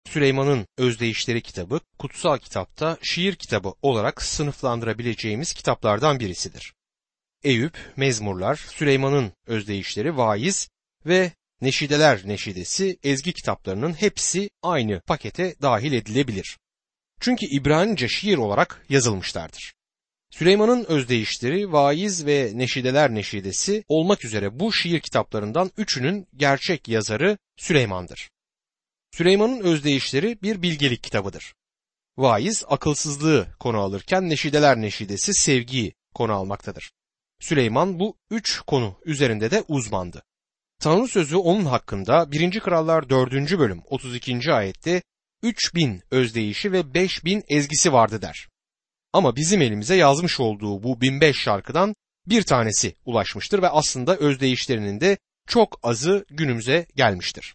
Süleyman'ın Özdeyişleri kitabı, kutsal kitapta şiir kitabı olarak sınıflandırabileceğimiz kitaplardan birisidir. Eyüp, Mezmurlar, Süleyman'ın Özdeyişleri, Vaiz ve Neşideler Neşidesi ezgi kitaplarının hepsi aynı pakete dahil edilebilir. Çünkü İbranice şiir olarak yazılmışlardır. Süleyman'ın Özdeyişleri, Vaiz ve Neşideler Neşidesi olmak üzere bu şiir kitaplarından üçünün gerçek yazarı Süleyman'dır. Süleyman'ın Özdeyişleri bir bilgelik kitabıdır. Vaiz akılsızlığı konu alırken Neşideler Neşidesi sevgiyi konu almaktadır. Süleyman bu üç konu üzerinde de uzmandı. Tanrı sözü onun hakkında 1. Krallar 4. bölüm 32. ayette 3000 özdeyişi ve 5000 ezgisi vardı der. Ama bizim elimize yazmış olduğu bu 1005 şarkıdan bir tanesi ulaşmıştır ve aslında özdeyişlerinin de çok azı günümüze gelmiştir.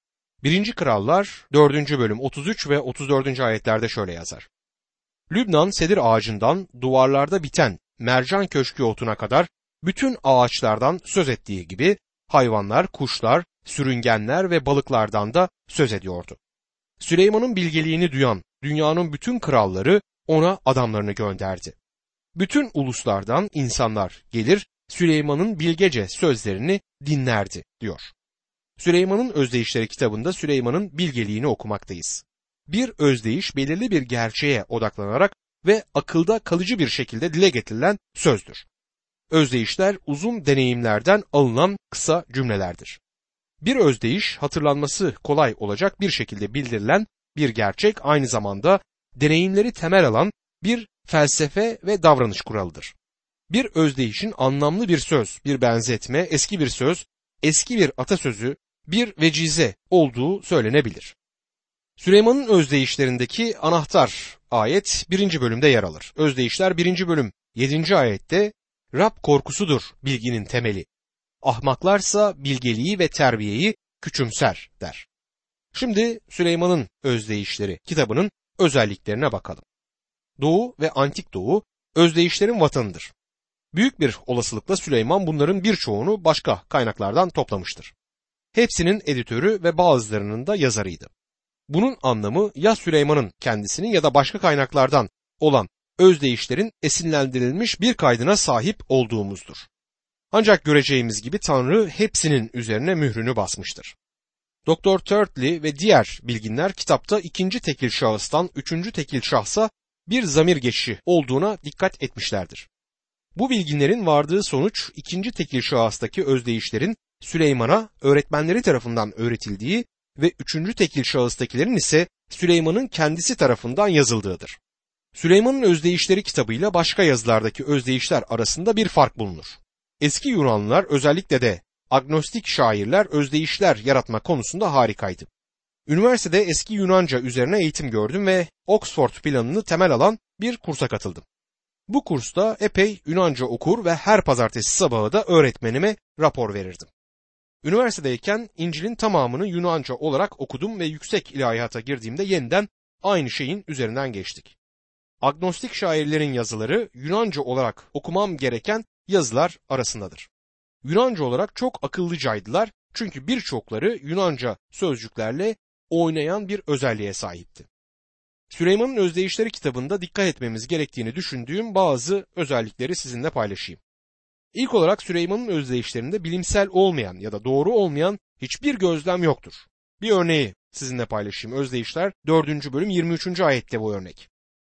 1. Krallar 4. bölüm 33 ve 34. ayetlerde şöyle yazar. Lübnan sedir ağacından duvarlarda biten mercan köşkü otuna kadar bütün ağaçlardan söz ettiği gibi hayvanlar, kuşlar, sürüngenler ve balıklardan da söz ediyordu. Süleyman'ın bilgeliğini duyan dünyanın bütün kralları ona adamlarını gönderdi. Bütün uluslardan insanlar gelir Süleyman'ın bilgece sözlerini dinlerdi diyor. Süleyman'ın Özdeyişleri kitabında Süleyman'ın bilgeliğini okumaktayız. Bir özdeyiş belirli bir gerçeğe odaklanarak ve akılda kalıcı bir şekilde dile getirilen sözdür. Özdeyişler uzun deneyimlerden alınan kısa cümlelerdir. Bir özdeyiş hatırlanması kolay olacak bir şekilde bildirilen bir gerçek, aynı zamanda deneyimleri temel alan bir felsefe ve davranış kuralıdır. Bir özdeyişin anlamlı bir söz, bir benzetme, eski bir söz, eski bir atasözü, bir vecize olduğu söylenebilir. Süleyman'ın özdeyişlerindeki anahtar ayet 1. bölümde yer alır. Özdeyişler 1. bölüm 7. ayette Rab korkusudur bilginin temeli. Ahmaklarsa bilgeliği ve terbiyeyi küçümser der. Şimdi Süleyman'ın Özdeyişleri kitabının özelliklerine bakalım. Doğu ve Antik Doğu özdeyişlerin vatanıdır. Büyük bir olasılıkla Süleyman bunların birçoğunu başka kaynaklardan toplamıştır. Hepsinin editörü ve bazılarının da yazarıydı. Bunun anlamı ya Süleyman'ın kendisinin ya da başka kaynaklardan olan özdeyişlerin esinlendirilmiş bir kaydına sahip olduğumuzdur. Ancak göreceğimiz gibi Tanrı hepsinin üzerine mührünü basmıştır. Dr. Turtley ve diğer bilginler kitapta ikinci tekil şahıstan üçüncü tekil şahsa bir zamir geçişi olduğuna dikkat etmişlerdir. Bu bilginlerin vardığı sonuç ikinci tekil şahıstaki özdeyişlerin Süleyman'a öğretmenleri tarafından öğretildiği ve üçüncü tekil şahıstakilerin ise Süleyman'ın kendisi tarafından yazıldığıdır. Süleyman'ın Özdeyişleri kitabıyla başka yazılardaki özdeyişler arasında bir fark bulunur. Eski Yunanlılar, özellikle de agnostik şairler özdeyişler yaratma konusunda harikaydı. Üniversitede eski Yunanca üzerine eğitim gördüm ve Oxford planını temel alan bir kursa katıldım. Bu kursta epey Yunanca okur ve her pazartesi sabahı da öğretmenime rapor verirdim. Üniversitedeyken İncil'in tamamını Yunanca olarak okudum ve yüksek ilahiyata girdiğimde yeniden aynı şeyin üzerinden geçtik. Agnostik şairlerin yazıları Yunanca olarak okumam gereken yazılar arasındadır. Yunanca olarak çok akıllıcaydılar çünkü birçokları Yunanca sözcüklerle oynayan bir özelliğe sahipti. Süleyman'ın Özdeyişleri kitabında dikkat etmemiz gerektiğini düşündüğüm bazı özellikleri sizinle paylaşayım. İlk olarak Süleyman'ın özdeyişlerinde bilimsel olmayan ya da doğru olmayan hiçbir gözlem yoktur. Bir örneği sizinle paylaşayım. Özdeyişler 4. bölüm 23. ayette bu örnek.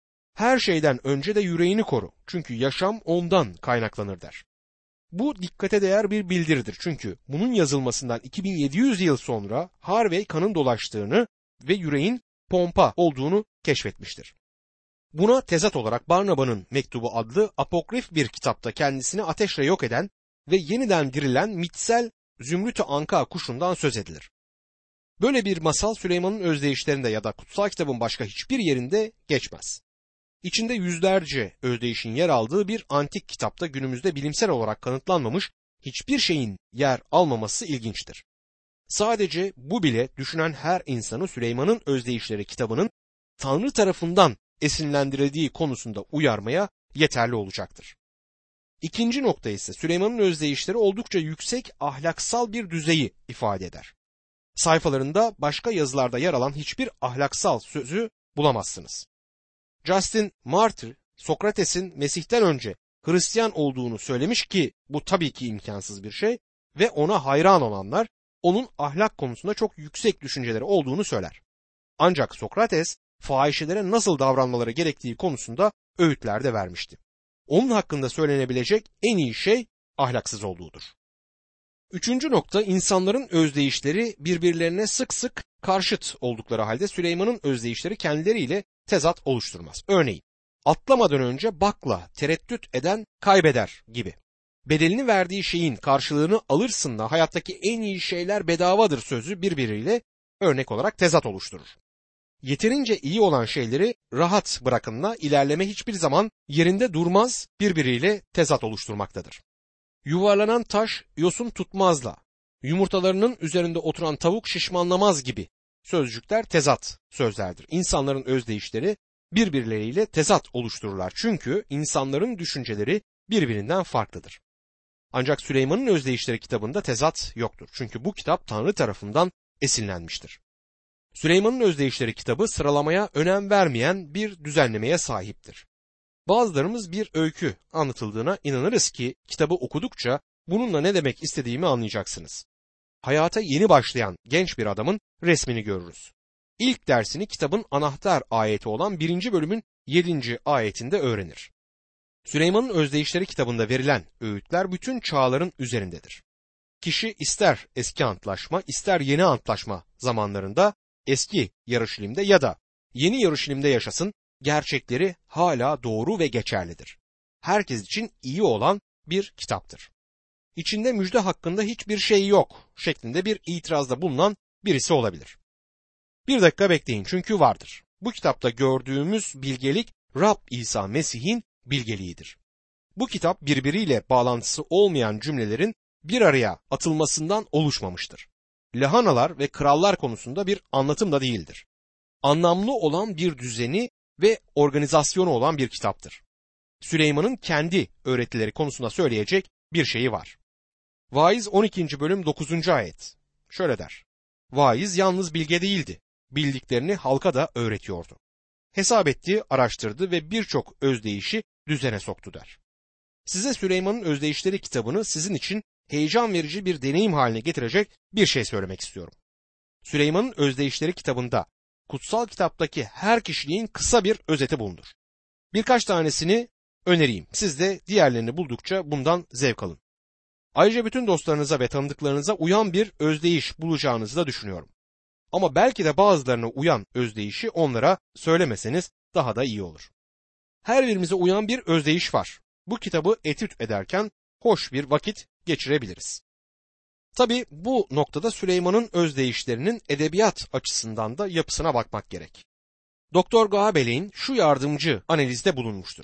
Her şeyden önce de yüreğini koru çünkü yaşam ondan kaynaklanır der. Bu dikkate değer bir bildiridir çünkü bunun yazılmasından 2700 yıl sonra Harvey kanın dolaştığını ve yüreğin pompa olduğunu keşfetmiştir. Buna tezat olarak Barnaba'nın mektubu adlı apokrif bir kitapta kendisini ateşle yok eden ve yeniden dirilen mitsel Zümrüt-ü Anka kuşundan söz edilir. Böyle bir masal Süleyman'ın özdeyişlerinde ya da kutsal kitabın başka hiçbir yerinde geçmez. İçinde yüzlerce özdeyişin yer aldığı bir antik kitapta günümüzde bilimsel olarak kanıtlanmamış hiçbir şeyin yer almaması ilginçtir. Sadece bu bile düşünen her insanı Süleyman'ın Özdeyişleri kitabının Tanrı tarafından esinlendirildiği konusunda uyarmaya yeterli olacaktır. İkinci nokta ise Süleyman'ın özdeyişleri oldukça yüksek ahlaksal bir düzeyi ifade eder. sayfalarında başka yazılarda yer alan hiçbir ahlaksal sözü bulamazsınız. Justin Martyr, Sokrates'in Mesih'ten önce Hristiyan olduğunu söylemiş ki bu tabii ki imkansız bir şey ve ona hayran olanlar onun ahlak konusunda çok yüksek düşünceleri olduğunu söyler. Ancak Sokrates fahişelere nasıl davranmaları gerektiği konusunda öğütler de vermişti. Onun hakkında söylenebilecek en iyi şey ahlaksız olduğudur. Üçüncü nokta, insanların özdeyişleri birbirlerine sık sık karşıt oldukları halde Süleyman'ın özdeyişleri kendileriyle tezat oluşturmaz. Örneğin atlamadan önce bakla tereddüt eden kaybeder gibi. Bedelini verdiği şeyin karşılığını alırsın da hayattaki en iyi şeyler bedavadır sözü birbiriyle örnek olarak tezat oluşturur. Yeterince iyi olan şeyleri rahat bırakınla ilerleme hiçbir zaman yerinde durmaz, birbiriyle tezat oluşturmaktadır. Yuvarlanan taş yosun tutmazla, yumurtalarının üzerinde oturan tavuk şişmanlamaz gibi sözcükler tezat sözlerdir. İnsanların özdeyişleri birbirleriyle tezat oluştururlar. Çünkü insanların düşünceleri birbirinden farklıdır. Ancak Süleyman'ın özdeyişleri kitabında tezat yoktur. Çünkü bu kitap Tanrı tarafından esinlenmiştir. Süleyman'ın özdeyişleri kitabı sıralamaya önem vermeyen bir düzenlemeye sahiptir. Bazılarımız bir öykü anlatıldığına inanırız ki kitabı okudukça bununla ne demek istediğimi anlayacaksınız. Hayata yeni başlayan genç bir adamın resmini görürüz. İlk dersini kitabın anahtar ayeti olan 1. bölümün 7. ayetinde öğrenir. Süleyman'ın özdeyişleri kitabında verilen öğütler bütün çağların üzerindedir. Kişi ister eski antlaşma ister yeni antlaşma zamanlarında eski Yarışilim'de ya da yeni Yarışilim'de yaşasın, gerçekleri hala doğru ve geçerlidir. Herkes için iyi olan bir kitaptır. İçinde müjde hakkında hiçbir şey yok şeklinde bir itirazda bulunan birisi olabilir. Bir dakika bekleyin çünkü vardır. Bu kitapta gördüğümüz bilgelik Rab İsa Mesih'in bilgeliğidir. Bu kitap birbiriyle bağlantısı olmayan cümlelerin bir araya atılmasından oluşmamıştır. Lahanalar ve krallar konusunda bir anlatım da değildir. Anlamlı olan bir düzeni ve organizasyonu olan bir kitaptır. Süleyman'ın kendi öğretileri konusunda söyleyecek bir şeyi var. Vaiz 12. bölüm 9. ayet şöyle der. Vaiz yalnız bilge değildi, bildiklerini halka da öğretiyordu. Hesap etti, araştırdı ve birçok özdeyişi düzene soktu der. Size Süleyman'ın özdeyişleri kitabını sizin için heyecan verici bir deneyim haline getirecek bir şey söylemek istiyorum. Süleyman'ın özdeyişleri kitabında kutsal kitaptaki her kişiliğin kısa bir özeti bulunur. Birkaç tanesini önereyim. Siz de diğerlerini buldukça bundan zevk alın. Ayrıca bütün dostlarınıza ve tanıdıklarınıza uyan bir özdeyiş bulacağınızı da düşünüyorum. Ama belki de bazılarına uyan özdeyişi onlara söylemeseniz daha da iyi olur. Her birimize uyan bir özdeyiş var. Bu kitabı etüt ederken hoş bir vakit geçirebiliriz. Tabi bu noktada Süleyman'ın özdeyişlerinin edebiyat açısından da yapısına bakmak gerek. Doktor Gabel'in şu yardımcı analizde bulunmuştur.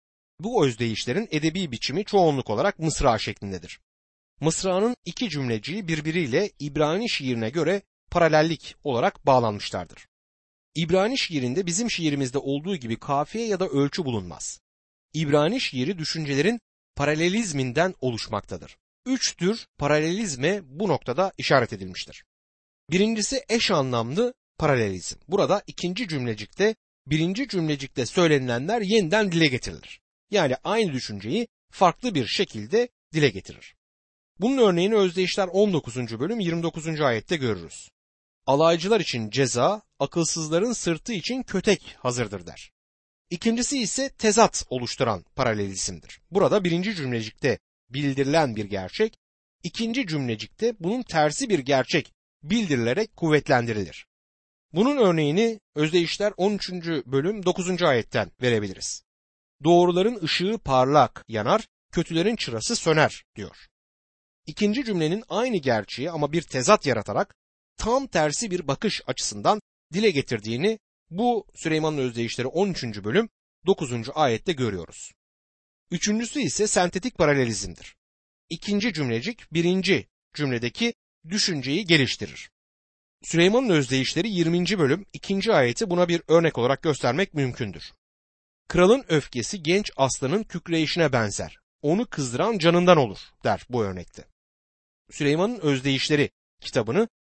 Bu özdeyişlerin edebi biçimi çoğunluk olarak mısra şeklindedir. Mısranın iki cümleciği birbiriyle İbrani şiirine göre paralellik olarak bağlanmışlardır. İbrani şiirinde bizim şiirimizde olduğu gibi kafiye ya da ölçü bulunmaz. İbrani şiiri düşüncelerin paralelizminden oluşmaktadır. Üç tür paralelizme bu noktada işaret edilmiştir. Birincisi eş anlamlı paralelizm. Burada ikinci cümlecikte birinci cümlecikte söylenilenler yeniden dile getirilir. Yani aynı düşünceyi farklı bir şekilde dile getirir. Bunun örneğini Özdeyişler 19. bölüm 29. ayette görürüz. Alaycılar için ceza, akılsızların sırtı için kötek hazırdır der. İkincisi ise tezat oluşturan paralelizmdir. Burada birinci cümlecikte bildirilen bir gerçek, ikinci cümlecikte bunun tersi bir gerçek bildirilerek kuvvetlendirilir. Bunun örneğini Özdeyişler 13. bölüm 9. ayetten verebiliriz. Doğruların ışığı parlak yanar, kötülerin çırası söner diyor. İkinci cümlenin aynı gerçeği ama bir tezat yaratarak tam tersi bir bakış açısından dile getirdiğini bu Süleyman'ın Özdeyişleri 13. bölüm 9. ayette görüyoruz. Üçüncüsü ise sentetik paralelizmdir. İkinci cümlecik birinci cümledeki düşünceyi geliştirir. Süleyman'ın Özdeyişleri 20. bölüm 2. ayeti buna bir örnek olarak göstermek mümkündür. Kralın öfkesi genç aslanın kükreyişine benzer. Onu kızdıran canından olur der bu örnekte. Süleyman'ın Özdeyişleri kitabını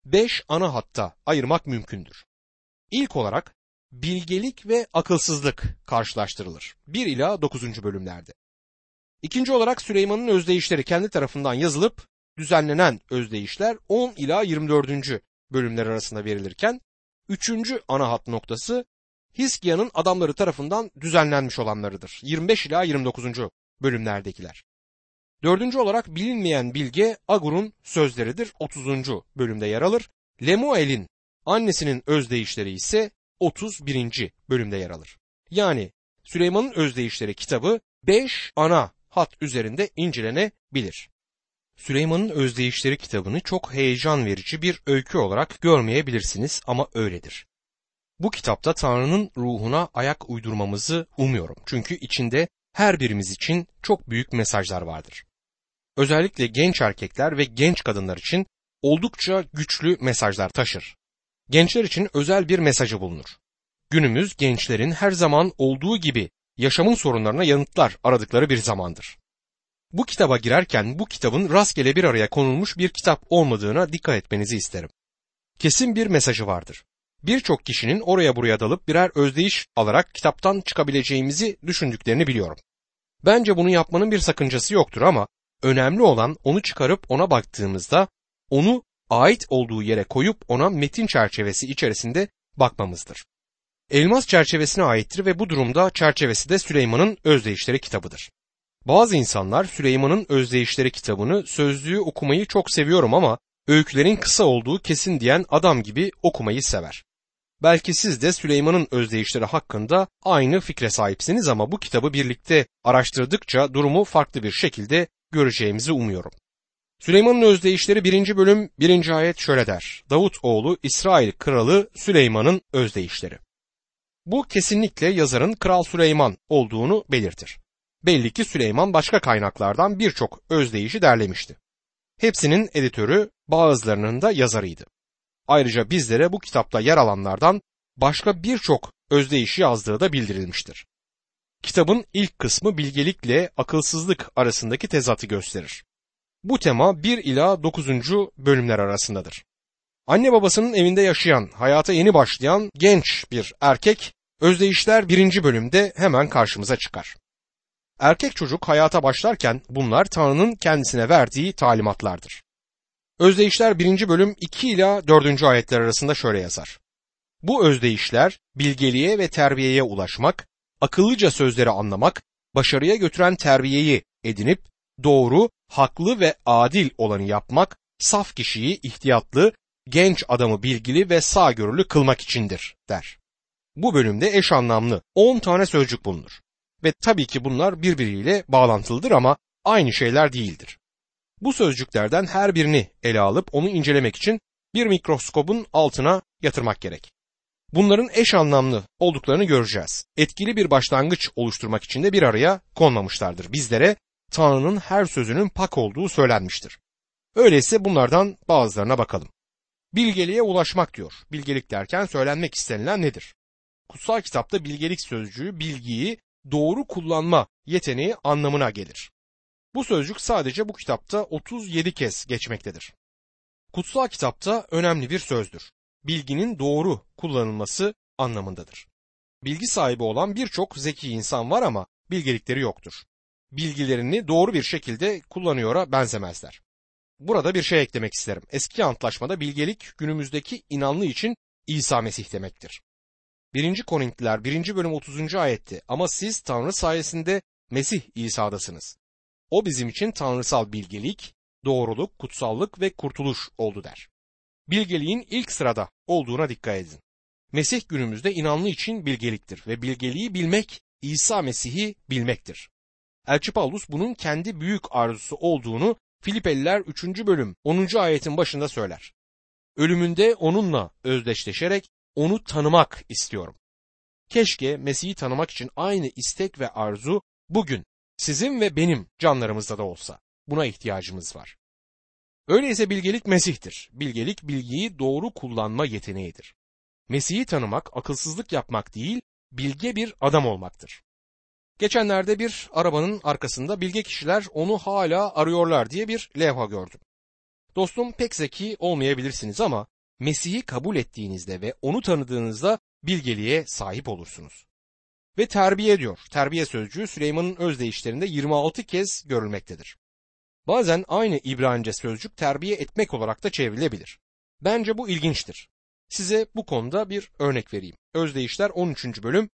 5 ana hatta ayırmak mümkündür. İlk olarak bilgelik ve akılsızlık karşılaştırılır 1 ila 9. bölümlerde. İkinci olarak Süleyman'ın özdeyişleri kendi tarafından yazılıp düzenlenen özdeyişler 10 ila 24. bölümler arasında verilirken, üçüncü ana hat noktası Hiskia'nın adamları tarafından düzenlenmiş olanlarıdır. 25 ila 29. bölümlerdekiler. Dördüncü olarak bilinmeyen bilge Agur'un sözleridir. 30. bölümde yer alır. Lemuel'in annesinin özdeyişleri ise 31. bölümde yer alır. Yani Süleyman'ın özdeyişleri kitabı 5 ana hat üzerinde incelenebilir. Süleyman'ın özdeyişleri kitabını çok heyecan verici bir öykü olarak görmeyebilirsiniz ama öyledir. Bu kitapta Tanrı'nın ruhuna ayak uydurmamızı umuyorum. Çünkü içinde her birimiz için çok büyük mesajlar vardır. Özellikle genç erkekler ve genç kadınlar için oldukça güçlü mesajlar taşır. Gençler için özel bir mesajı bulunur. Günümüz gençlerin her zaman olduğu gibi yaşamın sorunlarına yanıtlar aradıkları bir zamandır. Bu kitaba girerken bu kitabın rastgele bir araya konulmuş bir kitap olmadığına dikkat etmenizi isterim. Kesin bir mesajı vardır. Birçok kişinin oraya buraya dalıp birer özdeyiş alarak kitaptan çıkabileceğimizi düşündüklerini biliyorum. Bence bunu yapmanın bir sakıncası yoktur ama önemli olan onu çıkarıp ona baktığımızda onu ait olduğu yere koyup ona metin çerçevesi içerisinde bakmamızdır. Elmas çerçevesine aittir ve bu durumda çerçevesi de Süleyman'ın özdeyişleri kitabıdır. Bazı insanlar Süleyman'ın özdeyişleri kitabını sözlüğü okumayı çok seviyorum ama öykülerin kısa olduğu kesin diyen adam gibi okumayı sever. Belki siz de Süleyman'ın özdeyişleri hakkında aynı fikre sahipsiniz ama bu kitabı birlikte araştırdıkça durumu farklı bir şekilde göreceğimizi umuyorum. Süleyman'ın özdeyişleri 1. bölüm 1. ayet şöyle der. Davut oğlu İsrail kralı Süleyman'ın özdeyişleri. Bu kesinlikle yazarın Kral Süleyman olduğunu belirtir. Belli ki Süleyman başka kaynaklardan birçok özdeyişi derlemişti. Hepsinin editörü, bazılarının da yazarıydı. Ayrıca bizlere bu kitapta yer alanlardan başka birçok özdeyişi yazdığı da bildirilmiştir. Kitabın ilk kısmı bilgelikle akılsızlık arasındaki tezatı gösterir. Bu tema 1 ila 9. bölümler arasındadır. Anne babasının evinde yaşayan, hayata yeni başlayan genç bir erkek, özdeyişler 1. bölümde hemen karşımıza çıkar. Erkek çocuk hayata başlarken bunlar Tanrı'nın kendisine verdiği talimatlardır. Özdeyişler 1. bölüm 2 ila 4. ayetler arasında şöyle yazar. Bu özdeyişler bilgeliğe ve terbiyeye ulaşmak, akıllıca sözleri anlamak, başarıya götüren terbiyeyi edinip doğru, haklı ve adil olanı yapmak, saf kişiyi ihtiyatlı, genç adamı bilgili ve sağgörülü kılmak içindir der. Bu bölümde eş anlamlı 10 tane sözcük bulunur. Ve tabii ki bunlar birbiriyle bağlantılıdır ama aynı şeyler değildir. Bu sözcüklerden her birini ele alıp onu incelemek için bir mikroskopun altına yatırmak gerek. Bunların eş anlamlı olduklarını göreceğiz. Etkili bir başlangıç oluşturmak için de bir araya konmamışlardır. Bizlere Tanrı'nın her sözünün pak olduğu söylenmiştir. Öyleyse bunlardan bazılarına bakalım. Bilgeliğe ulaşmak diyor. Bilgelik derken söylenmek istenilen nedir? Kutsal kitapta bilgelik sözcüğü bilgiyi doğru kullanma yeteneği anlamına gelir. Bu sözcük sadece bu kitapta 37 kez geçmektedir. Kutsal kitapta önemli bir sözdür. Bilginin doğru kullanılması anlamındadır. Bilgi sahibi olan birçok zeki insan var ama bilgelikleri yoktur. Bilgilerini doğru bir şekilde kullanıyora benzemezler. Burada bir şey eklemek isterim. Eski antlaşmada bilgelik günümüzdeki inanlı için İsa Mesih demektir. 1. Korintliler 1. bölüm 30. ayette ama siz Tanrı sayesinde Mesih İsa'dasınız. O bizim için tanrısal bilgelik, doğruluk, kutsallık ve kurtuluş oldu der. Bilgeliğin ilk sırada olduğuna dikkat edin. Mesih günümüzde inanlı için bilgeliktir ve bilgeliği bilmek İsa Mesih'i bilmektir. Elçi Paulus bunun kendi büyük arzusu olduğunu Filipeliler 3. bölüm 10. ayetin başında söyler. Ölümünde onunla özdeşleşerek onu tanımak istiyorum. Keşke Mesih'i tanımak için aynı istek ve arzu bugün sizin ve benim canlarımızda da olsa. Buna ihtiyacımız var. Öyleyse bilgelik Mesih'tir. Bilgelik bilgiyi doğru kullanma yeteneğidir. Mesih'i tanımak akılsızlık yapmak değil, bilge bir adam olmaktır. Geçenlerde bir arabanın arkasında bilge kişiler onu hala arıyorlar diye bir levha gördüm. Dostum pek zeki olmayabilirsiniz ama Mesih'i kabul ettiğinizde ve onu tanıdığınızda bilgeliğe sahip olursunuz. Ve terbiye diyor. Terbiye sözcüğü Süleyman'ın özdeyişlerinde 26 kez görülmektedir. Bazen aynı İbranice sözcük terbiye etmek olarak da çevrilebilir. Bence bu ilginçtir. Size bu konuda bir örnek vereyim. Özdeyişler 13. bölüm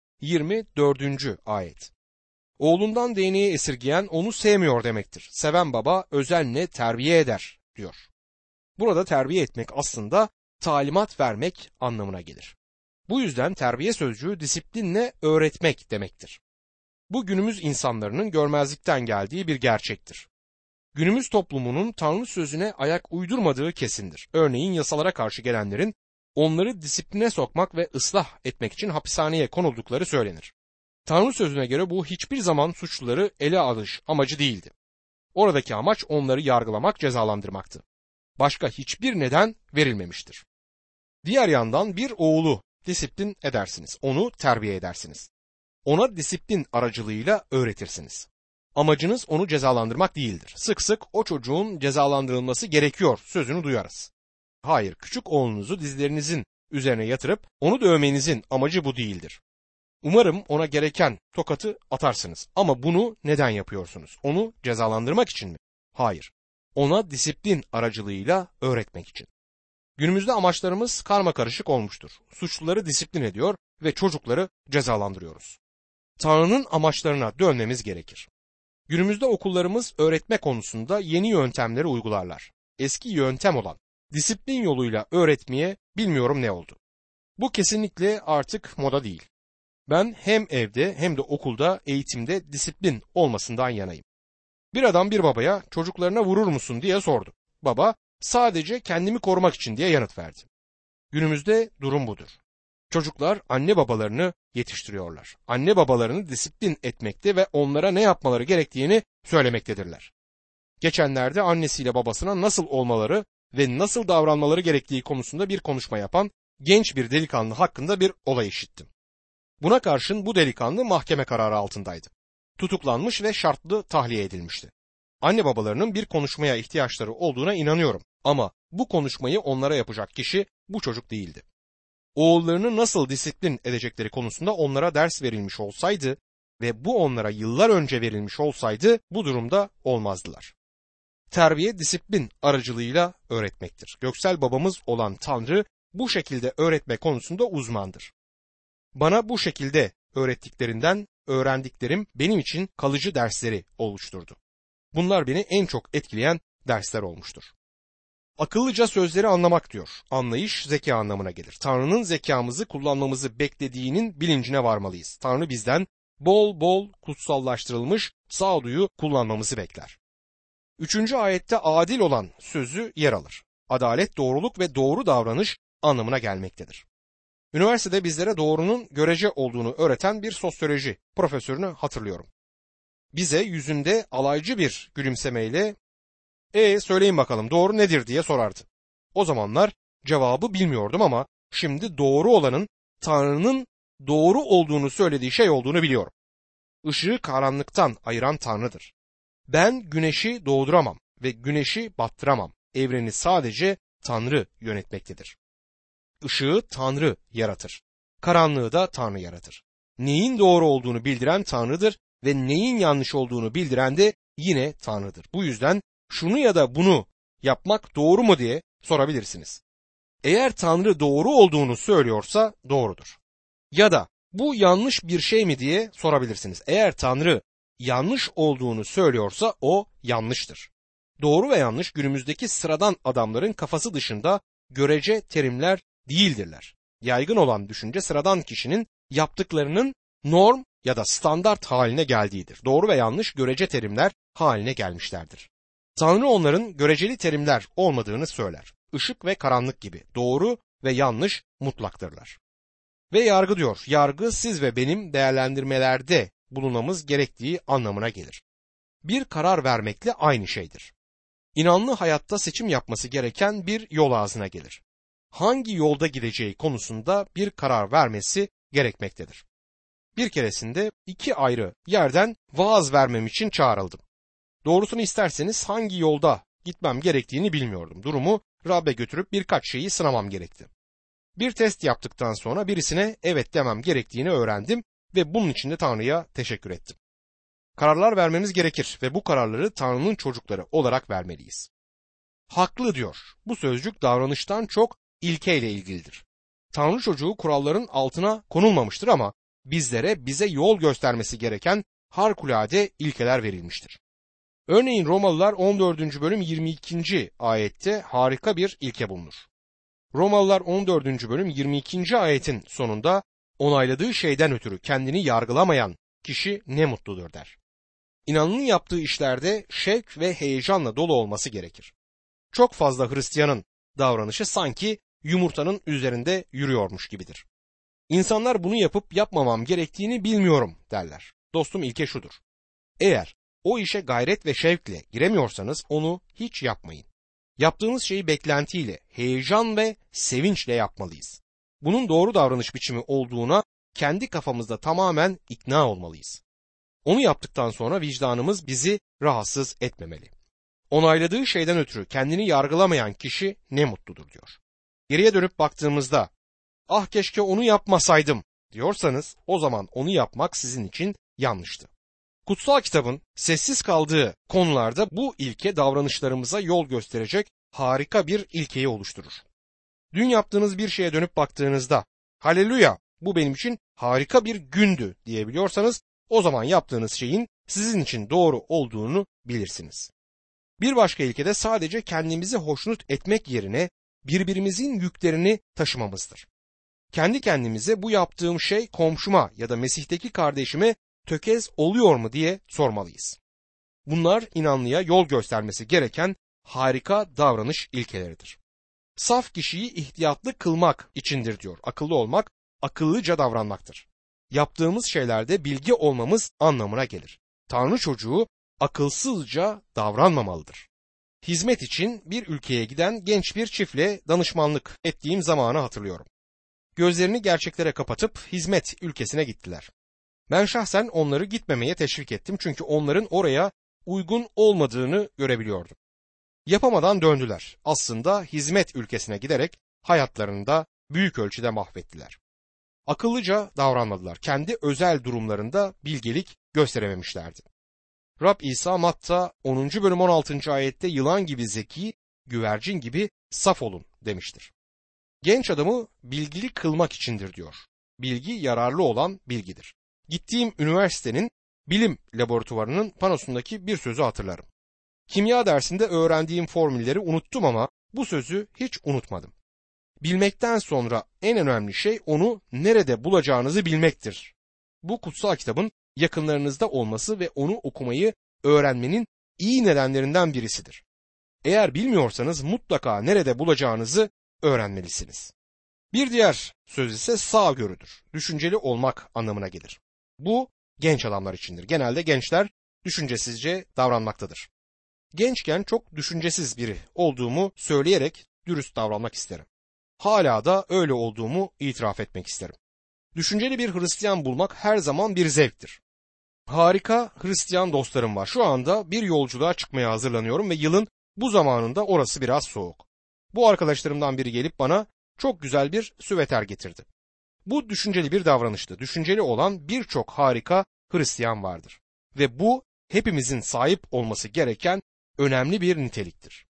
24. ayet. Oğlundan değneği esirgeyen onu sevmiyor demektir. Seven baba özenle terbiye eder diyor. Burada terbiye etmek aslında talimat vermek anlamına gelir. Bu yüzden terbiye sözcüğü disiplinle öğretmek demektir. Bu günümüz insanların görmezlikten geldiği bir gerçektir. Günümüz toplumunun Tanrı sözüne ayak uydurmadığı kesindir. Örneğin yasalara karşı gelenlerin onları disipline sokmak ve ıslah etmek için hapishaneye konuldukları söylenir. Tanrı sözüne göre bu hiçbir zaman suçluları ele alış amacı değildi. Oradaki amaç onları yargılamak, cezalandırmaktı. Başka hiçbir neden verilmemiştir. Diğer yandan bir oğlu disiplin edersiniz, onu terbiye edersiniz. Ona disiplin aracılığıyla öğretirsiniz. Amacınız onu cezalandırmak değildir. Sık sık o çocuğun cezalandırılması gerekiyor sözünü duyarız. Hayır, küçük oğlunuzu dizlerinizin üzerine yatırıp onu dövmenizin amacı bu değildir. Umarım ona gereken tokatı atarsınız. Ama bunu neden yapıyorsunuz? Onu cezalandırmak için mi? Hayır. Ona disiplin aracılığıyla öğretmek için. Günümüzde amaçlarımız karmakarışık olmuştur. Suçluları disiplin ediyor ve çocukları cezalandırıyoruz. Tanrı'nın amaçlarına dönmemiz gerekir. Günümüzde okullarımız öğretme konusunda yeni yöntemleri uygularlar. Eski yöntem olan disiplin yoluyla öğretmeye bilmiyorum ne oldu. Bu kesinlikle artık moda değil. Ben hem evde hem de okulda eğitimde disiplin olmasından yanayım. Bir adam bir babaya çocuklarına vurur musun diye sordu. Baba sadece kendimi korumak için diye yanıt verdi. Günümüzde durum budur. Çocuklar anne babalarını yetiştiriyorlar. Anne babalarını disiplin etmekte ve onlara ne yapmaları gerektiğini söylemektedirler. Geçenlerde annesiyle babasına nasıl olmaları ve nasıl davranmaları gerektiği konusunda bir konuşma yapan genç bir delikanlı hakkında bir olay işittim. Buna karşın bu delikanlı mahkeme kararı altındaydı. Tutuklanmış ve şartlı tahliye edilmişti. Anne babalarının bir konuşmaya ihtiyaçları olduğuna inanıyorum ama bu konuşmayı onlara yapacak kişi bu çocuk değildi. Oğullarını nasıl disiplin edecekleri konusunda onlara ders verilmiş olsaydı ve bu onlara yıllar önce verilmiş olsaydı bu durumda olmazdılar. Terbiye disiplin aracılığıyla öğretmektir. Göksel babamız olan Tanrı bu şekilde öğretme konusunda uzmandır. Bana bu şekilde öğrettiklerinden öğrendiklerim benim için kalıcı dersleri oluşturdu. Bunlar beni en çok etkileyen dersler olmuştur. Akıllıca sözleri anlamak diyor. Anlayış zeka anlamına gelir. Tanrı'nın zekamızı kullanmamızı beklediğinin bilincine varmalıyız. Tanrı bizden bol bol kutsallaştırılmış sağduyu kullanmamızı bekler. 3. ayette adil olan sözü yer alır. Adalet, doğruluk ve doğru davranış anlamına gelmektedir. Üniversitede bizlere doğrunun görece olduğunu öğreten bir sosyoloji profesörünü hatırlıyorum. Bize yüzünde alaycı bir gülümsemeyle söyleyin bakalım doğru nedir diye sorardı. O zamanlar cevabı bilmiyordum ama şimdi doğru olanın Tanrı'nın doğru olduğunu söylediği şey olduğunu biliyorum. Işığı karanlıktan ayıran Tanrı'dır. Ben güneşi doğduramam ve güneşi battıramam. Evreni sadece Tanrı yönetmektedir. Işığı Tanrı yaratır. Karanlığı da Tanrı yaratır. Neyin doğru olduğunu bildiren Tanrı'dır ve neyin yanlış olduğunu bildiren de yine Tanrı'dır. Bu yüzden şunu ya da bunu yapmak doğru mu diye sorabilirsiniz. Eğer Tanrı doğru olduğunu söylüyorsa doğrudur. Ya da bu yanlış bir şey mi diye sorabilirsiniz. Eğer Tanrı yanlış olduğunu söylüyorsa o yanlıştır. Doğru ve yanlış günümüzdeki sıradan adamların kafası dışında görece terimler değildirler. Yaygın olan düşünce sıradan kişinin yaptıklarının norm ya da standart haline geldiğidir. Doğru ve yanlış görece terimler haline gelmişlerdir. Tanrı onların göreceli terimler olmadığını söyler. Işık ve karanlık gibi doğru ve yanlış mutlaktırlar. Ve yargı diyor. Yargı siz ve benim değerlendirmelerde bulunmamız gerektiği anlamına gelir. Bir karar vermekle aynı şeydir. İnanlı hayatta seçim yapması gereken bir yol ağzına gelir. Hangi yolda gideceği konusunda bir karar vermesi gerekmektedir. Bir keresinde 2 ayrı yerden vaaz vermem için çağrıldım. Doğrusunu isterseniz hangi yolda gitmem gerektiğini bilmiyordum. Durumu Rab'be götürüp birkaç şeyi sınamam gerekti. Bir test yaptıktan sonra birisine evet demem gerektiğini öğrendim ve bunun için de Tanrı'ya teşekkür ettim. Kararlar vermemiz gerekir ve bu kararları Tanrı'nın çocukları olarak vermeliyiz. Haklı diyor. Bu sözcük davranıştan çok ilkeyle ilgilidir. Tanrı çocuğu kuralların altına konulmamıştır ama bizlere bize yol göstermesi gereken harikulade ilkeler verilmiştir. Örneğin Romalılar 14. bölüm 22. ayette harika bir ilke bulunur. Romalılar 14. bölüm 22. ayetin sonunda onayladığı şeyden ötürü kendini yargılamayan kişi ne mutludur der. İnananın yaptığı işlerde şevk ve heyecanla dolu olması gerekir. Çok fazla Hristiyanın davranışı sanki yumurtanın üzerinde yürüyormuş gibidir. İnsanlar bunu yapıp yapmamam gerektiğini bilmiyorum derler. Dostum ilke şudur. Eğer o işe gayret ve şevkle giremiyorsanız onu hiç yapmayın. Yaptığınız şeyi beklentiyle, heyecan ve sevinçle yapmalıyız. Bunun doğru davranış biçimi olduğuna kendi kafamızda tamamen ikna olmalıyız. Onu yaptıktan sonra vicdanımız bizi rahatsız etmemeli. Onayladığı şeyden ötürü kendini yargılamayan kişi ne mutludur diyor. Geriye dönüp baktığımızda ah keşke onu yapmasaydım diyorsanız o zaman onu yapmak sizin için yanlıştı. Kutsal kitabın sessiz kaldığı konularda bu ilke davranışlarımıza yol gösterecek harika bir ilkeyi oluşturur. Dün yaptığınız bir şeye dönüp baktığınızda haleluya bu benim için harika bir gündü diyebiliyorsanız o zaman yaptığınız şeyin sizin için doğru olduğunu bilirsiniz. Bir başka ilke de sadece kendimizi hoşnut etmek yerine birbirimizin yüklerini taşımamızdır. Kendi kendimize bu yaptığım şey komşuma ya da Mesih'teki kardeşime tökez oluyor mu diye sormalıyız. Bunlar inanlıya yol göstermesi gereken harika davranış ilkeleridir. Saf kişiyi ihtiyatlı kılmak içindir diyor. Akıllı olmak, akıllıca davranmaktır. Yaptığımız şeylerde bilgi olmamız anlamına gelir. Tanrı çocuğu akılsızca davranmamalıdır. Hizmet için bir ülkeye giden genç bir çiftle danışmanlık ettiğim zamanı hatırlıyorum. Gözlerini gerçeklere kapatıp hizmet ülkesine gittiler. Ben şahsen onları gitmemeye teşvik ettim çünkü onların oraya uygun olmadığını görebiliyordum. Yapamadan döndüler. Aslında hizmet ülkesine giderek hayatlarını da büyük ölçüde mahvettiler. Akıllıca davranmadılar. Kendi özel durumlarında bilgelik gösterememişlerdi. Rab İsa Matta 10. bölüm 16. ayette yılan gibi zeki, güvercin gibi saf olun demiştir. Genç adamı bilgili kılmak içindir diyor. Bilgi yararlı olan bilgidir. Gittiğim üniversitenin bilim laboratuvarının panosundaki bir sözü hatırlarım. Kimya dersinde öğrendiğim formülleri unuttum ama bu sözü hiç unutmadım. Bilmekten sonra en önemli şey onu nerede bulacağınızı bilmektir. Bu kutsal kitabın yakınlarınızda olması ve onu okumayı öğrenmenin iyi nedenlerinden birisidir. Eğer bilmiyorsanız mutlaka nerede bulacağınızı öğrenmelisiniz. Bir diğer söz ise sağgörüdür. Düşünceli olmak anlamına gelir. Bu genç adamlar içindir. Genelde gençler düşüncesizce davranmaktadır. Gençken çok düşüncesiz biri olduğumu söyleyerek dürüst davranmak isterim. Hala da öyle olduğumu itiraf etmek isterim. Düşünceli bir Hristiyan bulmak her zaman bir zevktir. Harika Hristiyan dostlarım var. Şu anda bir yolculuğa çıkmaya hazırlanıyorum ve yılın bu zamanında orası biraz soğuk. Bu arkadaşlarımdan biri gelip bana çok güzel bir süveter getirdi. Bu düşünceli bir davranıştı. Düşünceli olan birçok harika Hristiyan vardır. Ve bu hepimizin sahip olması gereken önemli bir niteliktir.